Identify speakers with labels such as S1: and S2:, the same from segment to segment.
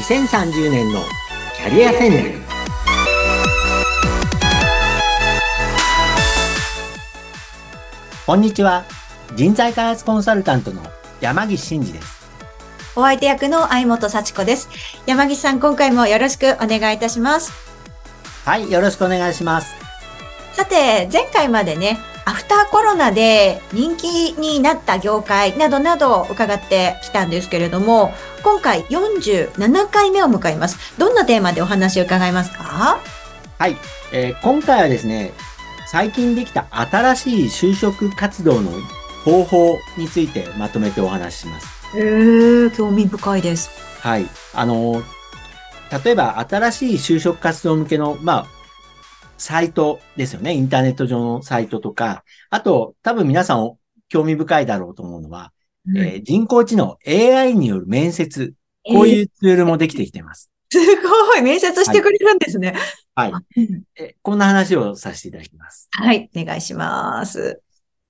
S1: 2030年のキャリア戦略。こんにちは。人材開発コンサルタントの山岸真嗣です。
S2: お相手役の相本幸子です。山岸さん、今回もよろしくお願いいたします。
S1: はい、よろしくお願いします。
S2: さて、前回までね、アフターコロナで人気になった業界などなど伺ってきたんですけれども、今回47回目を迎えます。どんなテーマでお話を伺いますか？
S1: はい、今回はですね、最近できた新しい就職活動の方法についてまとめてお話しします。
S2: 興味深いです。
S1: はい。例えば新しい就職活動向けの、サイトですよね。インターネット上のサイトとか、あと、多分皆さん興味深いだろうと思うのは、人工知能 AI による面接、こういうツールもできてきてます。
S2: すごい面接してくれるんですね。
S1: はい。こんな話をさせていただきます。
S2: はい、お願いします。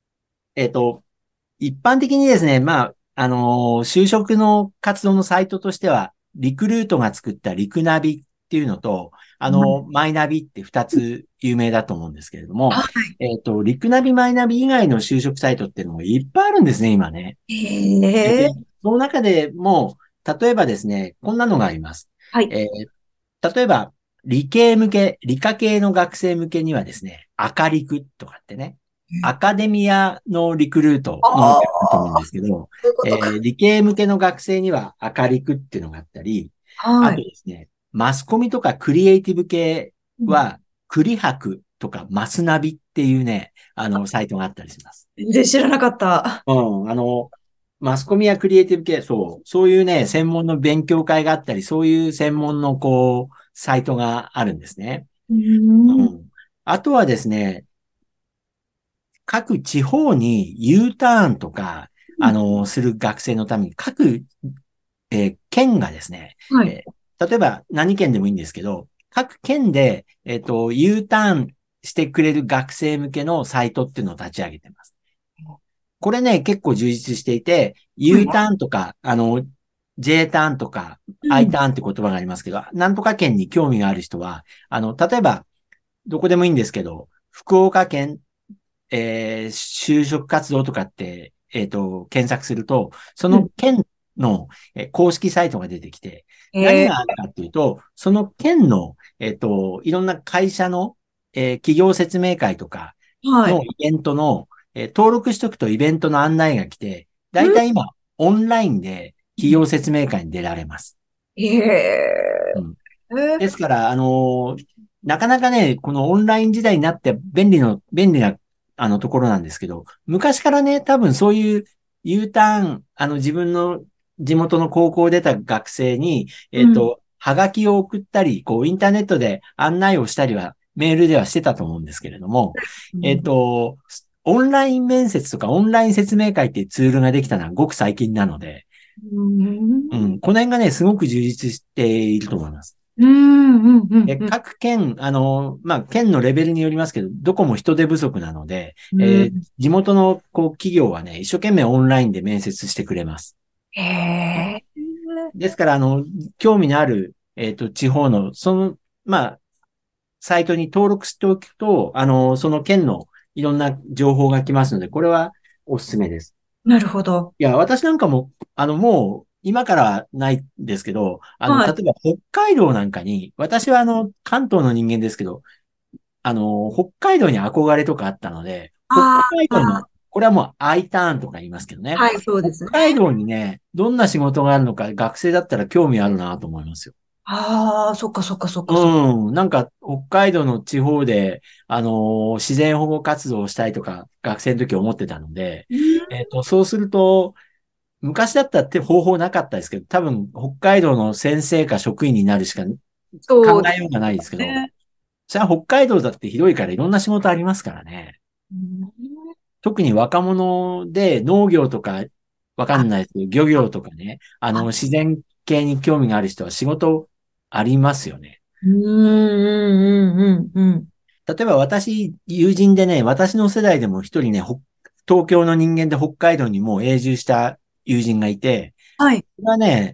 S1: 一般的にですね、就職の活動のサイトとしては、リクルートが作ったリクナビっていうのと、マイナビって2つ有名だと思うんですけれども、リクナビ、マイナビ以外の就職サイトっていうのもいっぱいあるんですね、今ね。でその中でも、例えばですね、こんなのがあります。
S2: はい。
S1: 例えば、理科系の学生向けにはですね、赤リクとかってね、アカデミアのリクルートのものがあると思うんですけど、理系向けの学生には赤リクっていうのがあったり、あとですね、マスコミとかクリエイティブ系は、クリハクとかマスナビっていうね、サイトがあったりします。
S2: 全然知らなかった。
S1: マスコミやクリエイティブ系、そういうね、専門の勉強会があったり、そういう専門のサイトがあるんですね。あとはですね、各地方に U ターンとか、する学生のために各、県がですね、例えば何県でもいいんですけど、各県で、U ターンしてくれる学生向けのサイトっていうのを立ち上げてます。これね、結構充実していて、U ターンとか、J ターンとか、I ターンって言葉がありますけど、なんとか県に興味がある人は、例えば、どこでもいいんですけど、福岡県、就職活動とかって、検索すると、その県の、公式サイトが出てきて、何があるかっていうと、その県の、いろんな会社の、企業説明会とかのイベントの、登録しとくとイベントの案内が来て、だいたい今、オンラインで企業説明会に出られます。ですから、なかなかね、このオンライン時代になって便利な、ところなんですけど、昔からね、多分そういう U ターン、自分の地元の高校を出た学生に、はがきを送ったり、インターネットで案内をしたりは、メールではしてたと思うんですけれども、オンライン面接とかオンライン説明会っていうツールができたのはごく最近なので、この辺がね、すごく充実していると思います。各県、県のレベルによりますけど、どこも人手不足なので、地元の企業はね、一生懸命オンラインで面接してくれます。ですから、興味のある、地方の、サイトに登録しておくと、その県のいろんな情報が来ますので、これはおすすめです。
S2: なるほど。
S1: いや、私なんかも、もう、今からはないんですけど、例えば北海道なんかに、私は関東の人間ですけど、北海道に憧れとかあったので、北海道の、これはもう I ターンとか言いますけどね。
S2: はい、そうですね。
S1: 北海道にね、どんな仕事があるのか、学生だったら興味あるなと思いますよ。
S2: そっか。
S1: なんか、北海道の地方で、自然保護活動をしたいとか、学生の時思ってたので、そうすると、昔だったら方法なかったですけど、多分、北海道の先生か職員になるしか考えようがないですけど、それは北海道だって広いからいろんな仕事ありますからね。特に若者で農業とか、わかんないですけど、漁業とかね、自然系に興味がある人は仕事ありますよね。例えば私、友人でね、私の世代でも一人ね、東京の人間で北海道にもう永住した友人がいて、
S2: はい。
S1: それはね、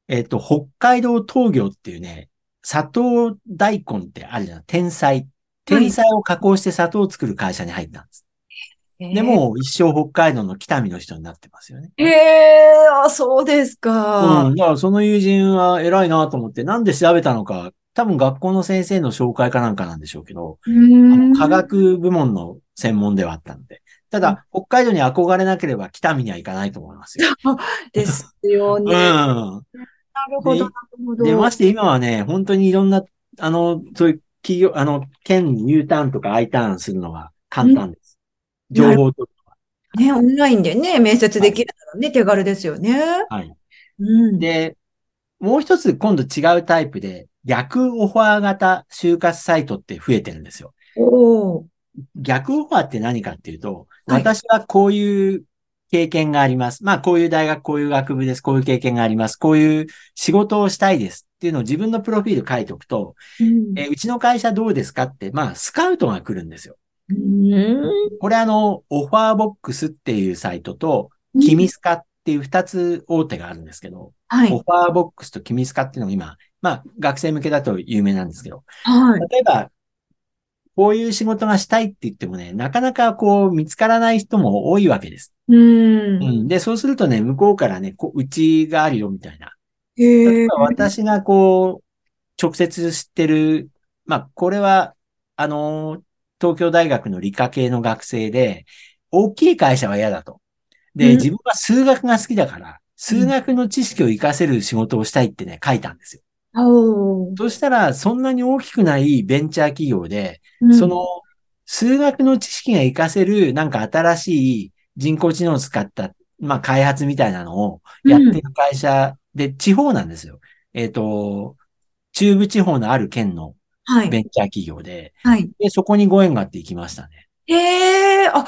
S1: 北海道陶業っていうね、砂糖大根ってあるじゃん。天才。
S2: はい。
S1: 天才を加工して砂糖を作る会社に入ったんです。で、
S2: え
S1: もう一生北海道の北見の人になってますよね。
S2: あ、そうですか。
S1: うん。だからその友人は偉いなと思って、なんで調べたのか、多分学校の先生の紹介かなんかなんでしょうけど、
S2: うー
S1: 科
S2: ん。
S1: 学部門の専門ではあったので。ただ、北海道に憧れなければ北見には行かないと思いますよ。
S2: ですよ
S1: う
S2: ね。
S1: ん。
S2: なるほど、な
S1: で、
S2: るほ
S1: ま
S2: ど。
S1: して今はね、本当にいろんな、そういう企業、県に U ターンとか I ターンするのが簡
S2: うん、
S1: 単です。
S2: なる
S1: 情報とか。
S2: ね、オンラインでね、面接
S1: はい。
S2: できるならね、手軽ですよね。
S1: はい。
S2: うん。
S1: で、もう一つ今度違うタイプで、逆オファー型就活サイトって増えてるんですよ。
S2: おー。
S1: 逆オファーって何かっていうと、
S2: はい。
S1: 私はこういう経験があります。まあ、こういう大学、こういう学部です。こういう経験があります。こういう仕事をしたいですっていうのを自分のプロフィール書いておくと、
S2: うん。
S1: うちの会社どうですかって、まあ、スカウトが来るんですよ。
S2: うーん。
S1: これオファーボックスっていうサイトと、
S2: うん。
S1: キミスカっていう二つ大手があるんですけど、
S2: はい。
S1: オファーボックスとキミスカっていうのが今、まあ、学生向けだと有名なんですけど、
S2: はい。
S1: 例えば、こういう仕事がしたいって言ってもね、なかなかこう見つからない人も多いわけです。
S2: うーん。
S1: うん。で、そうするとね、向こうからね、うちがあるよみたいな。例え
S2: へえ。
S1: ば私がこう、直接知ってる、まあ、これは、東京大学の理科系の学生で、大きい会社は嫌だと。で、
S2: うん。
S1: 自分は数学が好きだから、数
S2: うん。
S1: 学の知識を活かせる仕事をしたいってね、書いたんですよ。
S2: おー。
S1: そしたら、そんなに大きくないベンチャー企業で、
S2: うん。
S1: その、数学の知識が活かせる、なんか新しい人工知能を使った、まあ、開発みたいなのを
S2: うん。
S1: やってる会社で、地方なんですよ。中部地方のある県の
S2: はい。
S1: ベンチャー企業で、
S2: はい。
S1: で、そこにご縁があって行きましたね。
S2: へえ。あ、
S1: うん。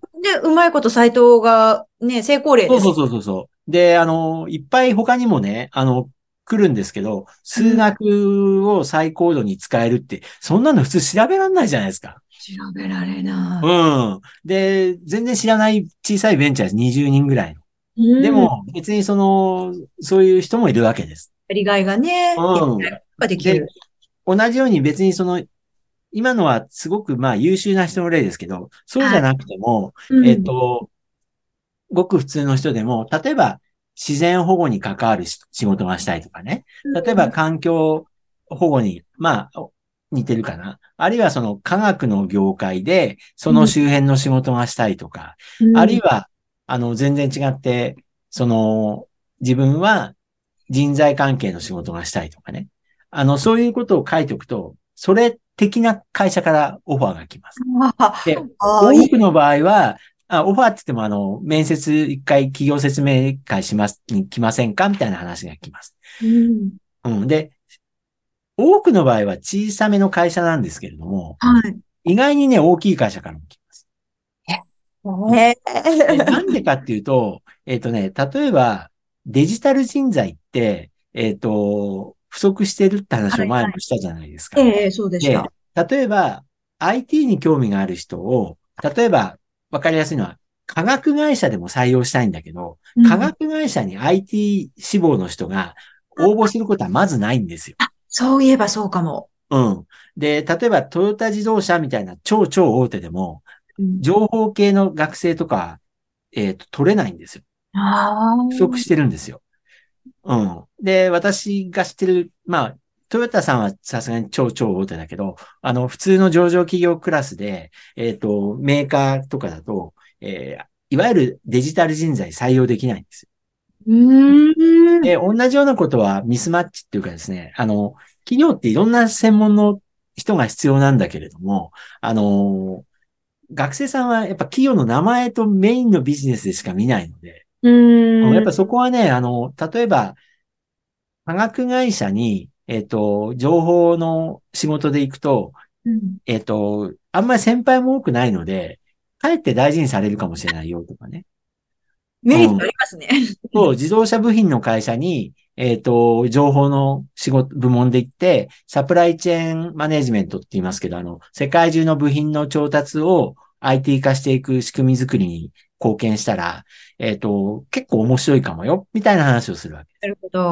S2: で、うまいことサイトがね、成功例です。
S1: そうそうそうそうそう。で、いっぱい他にもね、来るんですけど、数
S2: うん。
S1: 学を最高度に使えるって、そんなの普通調べられないじゃないですか。
S2: 調べられな
S1: うん。で、全然知らない小さいベンチャーです。20人ぐらいの。
S2: い。うん。
S1: でも、別にそういう人もいるわけです。
S2: やりがいがね、やり
S1: うん。
S2: がいができ
S1: で、
S2: る。
S1: 同じように別に今のはすごくまあ優秀な人の例ですけど、そうじ
S2: はい。
S1: ゃなくても、
S2: うん。
S1: ごく普通の人でも、例えば自然保護に関わる仕事がしたいとかね。例えば環境保護に、まあ、似てるかな。あるいはその科学の業界で、そ
S2: うん。
S1: の周辺の仕事がしたいとか、
S2: うん。
S1: あるいは、全然違って、自分は人材関係の仕事がしたいとかね。そういうことを書いておくと、それ的な会社からオファーが来ます。で、
S2: いい。
S1: 多くの場合は、オファーって言っても、面接一回企業説明会します、に来ませんかみたいな話が来ます。
S2: うん。
S1: うん。で、多くの場合は小さめの会社なんですけれども、
S2: はい。
S1: 意外にね、大きい会社からも来ます。うん。
S2: へ
S1: で、なん
S2: え。
S1: でかっていうと、例えば、デジタル人材って、不足してるって話を前
S2: はいはい。
S1: もしたじゃないですか。
S2: ええ、そうでし
S1: で、
S2: た。
S1: 例えば、IT に興味がある人を、例えば、わかりやすいのは、科学会社でも採用したいんだけど、科
S2: うん。
S1: 学会社に IT 志望の人が応募することはまずないんですよ。
S2: そういえばそうかも。
S1: うん。で、例えばトヨタ自動車みたいな超超大手でも、
S2: うん。
S1: 情報系の学生とか、取れないんですよ。
S2: あ
S1: 不足して
S2: あ。
S1: るんですよ。うん。で、私が知ってる、まあ、トヨタさんはさすがに超超大手だけど、普通の上場企業クラスで、メーカーとかだと、いわゆるデジタル人材採用できないんですよ。
S2: うーん。
S1: で、同じようなことはミスマッチっていうかですね、企業っていろんな専門の人が必要なんだけれども、あの、学生さんはやっぱ企業の名前とメインのビジネスでしか見ないので、
S2: うーん。
S1: やっぱそこはね、例えば、科学会社に、情報の仕事で行くと、
S2: うん。
S1: あんまり先輩も多くないので、かえって大事にされるかもしれないよとかね。
S2: メリットあ
S1: うん。
S2: りますね。
S1: と、自動車部品の会社に、情報の仕事、部門で行って、サプライチェーンマネジメントって言いますけど、世界中の部品の調達を IT 化していく仕組み作りに貢献したら、結構面白いかもよ、みたいな話をするわけ。
S2: なるほど。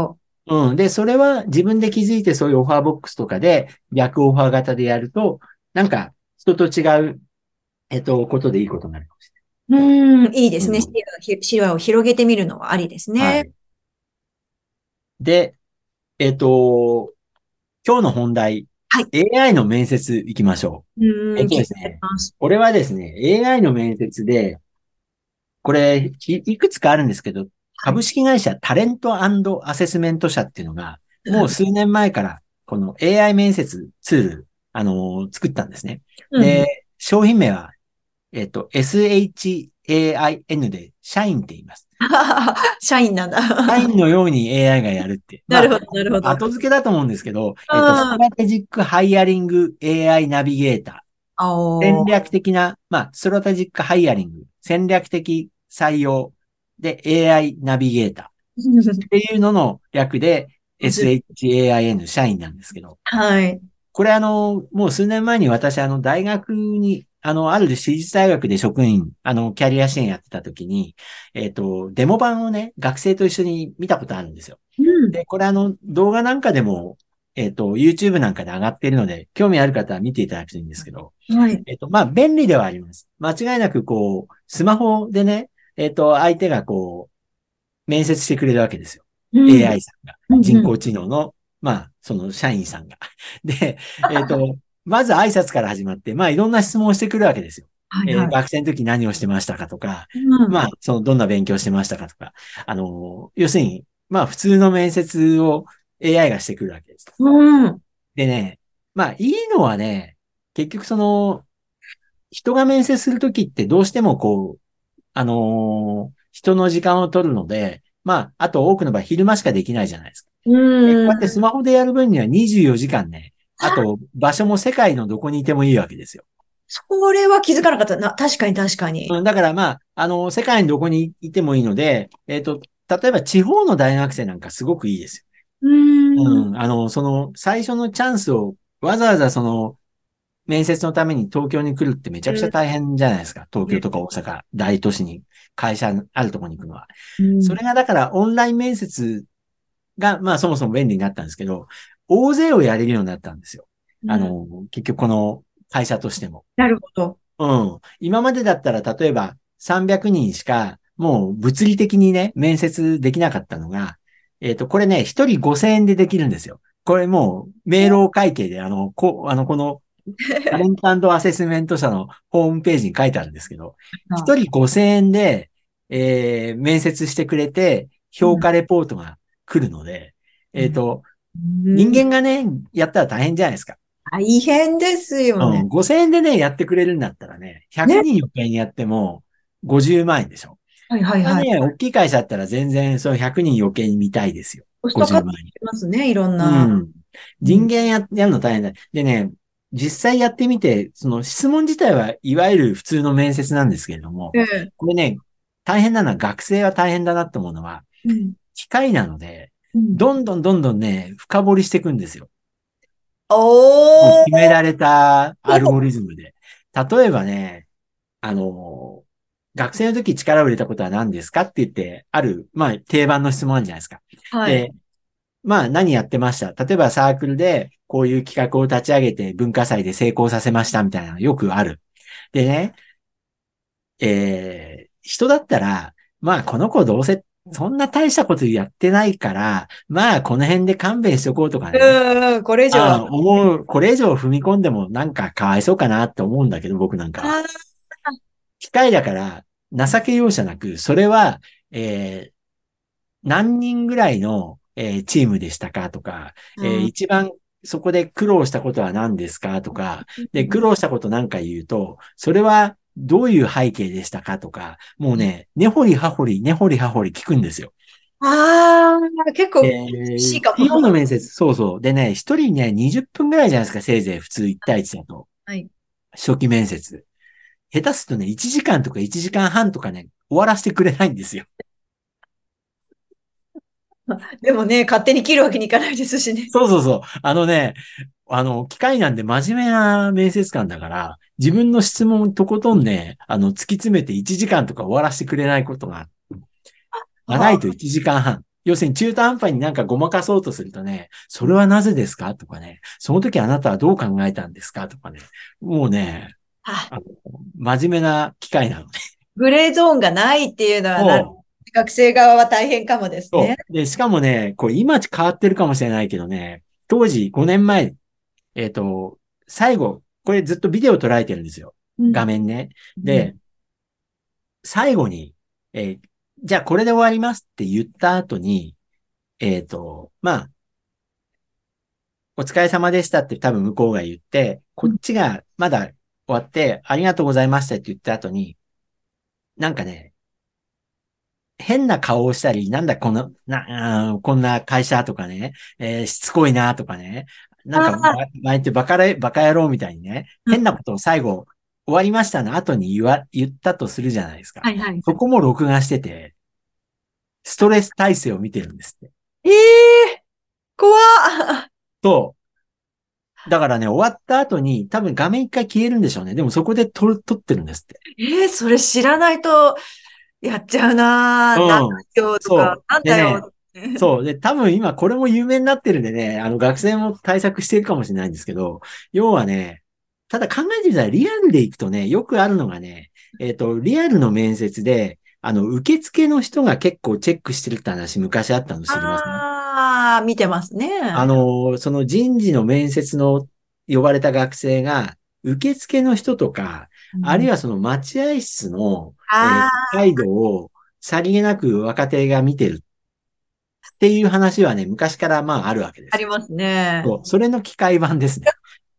S1: うん。で、それは自分で気づいてそういうオファーボックスとかで逆オファー型でやると、なんか人と違う、ことでいいことになるかもし
S2: いいですね。
S1: れない。うん。
S2: 視野を広げてみるのはありですね。
S1: はい。で、えっと、今日の本題、
S2: はい。
S1: AI の面接行きましょう。
S2: 気に
S1: ですね。
S2: なります。
S1: これはですね、AI の面接で、これ、いくつかあるんですけど、
S2: はい。
S1: 株式会社タレントアセスメント社っていうのが、もう数年前からこの AI 面接ツール、作ったんですね。
S2: うんうん。
S1: で、商品名は、SHAIN で社員って言います。
S2: 社員なんだ。
S1: 社員のように AI がやるって。まあ、
S2: なるほど、なるほど。
S1: 後付けだと思うんですけど、スト
S2: あ
S1: ラテジックハイアリング AI ナビゲーター。戦
S2: あ。
S1: 略的な、まあ、ストラテジックハイアリング、戦略的採用で AI ナビゲーターっていうのの略で SHAIN 社員なんですけど、
S2: はい。
S1: これもう数年前に私大学に、ある私立大学で職員、キャリア支援やってた時に、デモ版をね、学生と一緒に見たことあるんですよ。
S2: うん。
S1: で、これ動画なんかでも、YouTube なんかで上がっているので、興味ある方は見ていただくといいんですけど、
S2: はい。
S1: まあ、便利ではあります。間違いなく、スマホでね、相手が面接してくれるわけですよ。
S2: うん。
S1: AI さんが。人工
S2: うんうん。
S1: 知能の、まあ、その社員さんが。で、まず挨拶から始まって、まあ、いろんな質問をしてくるわけですよ。
S2: はいはい。
S1: 学生の時何をしてましたかとか、
S2: うん。
S1: まあ、どんな勉強してましたかとか、要するに、まあ、普通の面接を AI がしてくるわけです。
S2: うん。
S1: でね、まあ、いいのはね、結局人が面接するときってどうしても人の時間を取るので、まあ、あと多くの場合昼間しかできないじゃないですか。で、こう
S2: うん。
S1: やってスマホでやる分には24時間ね、あと場所も世界のどこにいてもいいわけですよ。
S2: それは気づかなかったな。確かに確かに。
S1: うん、だからまあ、世界のどこにいてもいいので、例えば地方の大学生なんかすごくいいです
S2: う
S1: よ。
S2: ん。
S1: うん、最初のチャンスをわざわざ面接のために東京に来るってめちゃくちゃ大変じゃないですか。東京とか大阪、大都市に会社あるところに行くのは。
S2: うん。
S1: それがだからオンライン面接が、まあそもそも便利になったんですけど、大勢をやれるようになったんですよ。
S2: うん。
S1: 結局この会社としても。
S2: なるほど。
S1: うん。今までだったら例えば300人しかもう物理的にね、面接できなかったのが、これね、1人5000円でできるんですよ。これもう、明朗会計で、このタレントアセスメント社のホームページに書いてあるんですけど、
S2: あ、
S1: 一人5000円で、面接してくれて、
S2: うん。
S1: 評価レポートが来るので、
S2: うん。
S1: 人
S2: うん。
S1: 間がね、やったら大変じゃないですか。
S2: 大変ですよね。
S1: うん、5000円でね、やってくれるんだったらね、100
S2: ね。
S1: 人余計にやっても50万円でしょ。
S2: はいはいはい。
S1: まあね、大きい会社だったら全然その100人余計に見たいですよ。
S2: コストカッ
S1: 50
S2: トし
S1: 万円。
S2: ますね。いろんな。
S1: うん。
S2: うん。
S1: やるの大変だ。でね、実際やってみて、その質問自体はいわゆる普通の面接なんですけれども、
S2: ええ。
S1: これね、大変なのは学生は大変だなって思うのは、
S2: うん。
S1: 機械なので、
S2: うん。
S1: どんどんね、深掘りしていくんですよ。もう
S2: おー。
S1: 決められたアルゴリズムで。例えばね、あの、学生の時力を入れたことは何ですかって言って、まあ定番の質問あるじゃないですか。
S2: はい。
S1: で、まあ何やってました例えばサークルでこういう企画を立ち上げて文化祭で成功させましたみたいなのよくある。でね、人だったら、まあこの子どうせそんな大したことやってないから、まあこの辺で勘弁しとこうとかね。
S2: これ以上は。
S1: これ以上踏み込んでもなんかかわいそうかなって思うんだけど、僕なんかは。
S2: あ
S1: 機械だから情け容赦なく、それは、何人ぐらいの、チームでしたかとか、
S2: あ。
S1: 一番そこで苦労したことは何ですかとか、で、苦労したことなんか言うと、それはどういう背景でしたかとか、もうね、根掘り葉掘り聞くんですよ。
S2: ああ、結構厳しいかも。
S1: 企業の面接、そうそう。でね、一人ね、20分ぐらいじゃないですか、せいぜい普通1対1だと。
S2: はい。
S1: 初期面接。下手するとね、1時間とか1時間半とかね、終わらせてくれないんですよ。
S2: でもね、勝手に切るわけにいかないですしね。
S1: そうそうそう。機械なんで真面目な面接官だから、自分の質問とことんね、突き詰めて1時間とか終わらせてくれないことが、長いと
S2: ああ、
S1: 1時間半。 要するに中途半端になんかごまかそうとするとね、それはなぜですかとかね、その時あなたはどう考えたんですかとかね、もうね、
S2: あ、
S1: 真面目な機会なので。
S2: グレーゾーンがないっていうのは
S1: そう。
S2: 学生側は大変かもですね。
S1: で、しかもね、これ今変わってるかもしれないけどね、当時5年前、最後、これずっとビデオ捉えてるんですよ。
S2: うん。
S1: 画面ね。
S2: うん。
S1: で、最後に、じゃあこれで終わりますって言った後に、まあ、お疲れ様でしたって多分向こうが言って、こっちがまだ終わって、ありがとうございましたって言った後に、なんかね、変な顔をしたり、なんだこの、こんな会社とかね、しつこいなとかね、なんか、
S2: ああ、
S1: 前ってバカ野郎みたいにね、
S2: うん。
S1: 変なことを最後、終わりましたの後に言ったとするじゃないですか。
S2: はいはいはい。
S1: そこも録画してて、ストレス耐性を見てるんですって。
S2: ええ、怖っ。
S1: そう。だからね、終わった後に多分画面一回消えるんでしょうね。でもそこで撮ってるんですって。
S2: それ知らないとやっちゃうな。なんだ
S1: うん。
S2: よとか、
S1: そう。
S2: なん
S1: でね、
S2: だよ。
S1: そう。で、多分今これも有名になってるんでね、学生も対策してるかもしれないんですけど、要はね、ただ考えてみたらリアルで行くとね、よくあるのがね、リアルの面接で、受付の人が結構チェックしてるって話昔あったの知りません？
S2: ああ、見てますね。
S1: その人事の面接の呼ばれた学生が、受付の人とか、
S2: うん。
S1: あるいはその待合室の、
S2: あ
S1: 態度をさりげなく若手が見てるっていう話はね、昔からまああるわけで
S2: あ、あ
S1: すよ。
S2: りますね。
S1: そう、それの機械版ですね。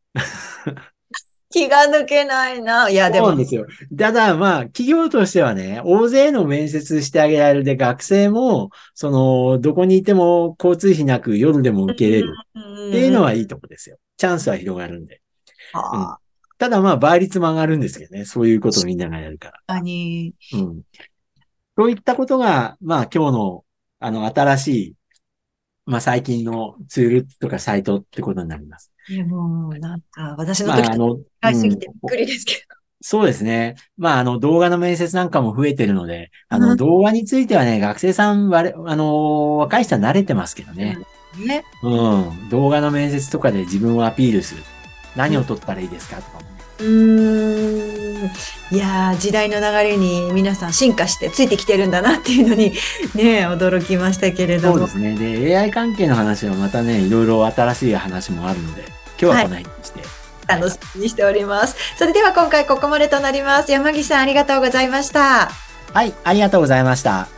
S2: 気が抜けないな。いや、でも、
S1: そうなんですよ。ただまあ、企業としてはね、大勢の面接してあげられるで、学生も、どこにいても交通費なく夜でも
S2: う
S1: 受けれる
S2: ん
S1: っていう
S2: うんうん。
S1: のはいいとこですよ。チャンスは広がるんで。うん。
S2: ああ、
S1: ただまあ、倍率も上がるんですけどね。そういうことをみんながやるから。
S2: 確かに。
S1: うん。そういったことが、まあ、今日の、新しい、まあ、最近のツールとかサイトってことになります。
S2: でも、なんか、私の時
S1: まあ、
S2: と使いす
S1: うん。
S2: ぎてびっくりですけ
S1: そうですね。まあ、動画の面接なんかも増えてるので、
S2: ど。うん。
S1: 動画についてはね、学生さん、若い人は慣れてますけどね。
S2: ね。
S1: うん。動画の面接とかで自分をアピールする。何を撮ったらいいですかとかもね。
S2: うーん。いやー、時代の流れに皆さん進化してついてきてるんだなっていうのにね、驚きましたけれども。
S1: そうですね。で、AI 関係の話はまたね、いろいろ新しい話もあるので、今日は
S2: はい。
S1: この辺にして。はい。
S2: 楽しみにしております。それでは今回ここまでとなります。山岸さんありがとうございました。
S1: はい、ありがとうございました。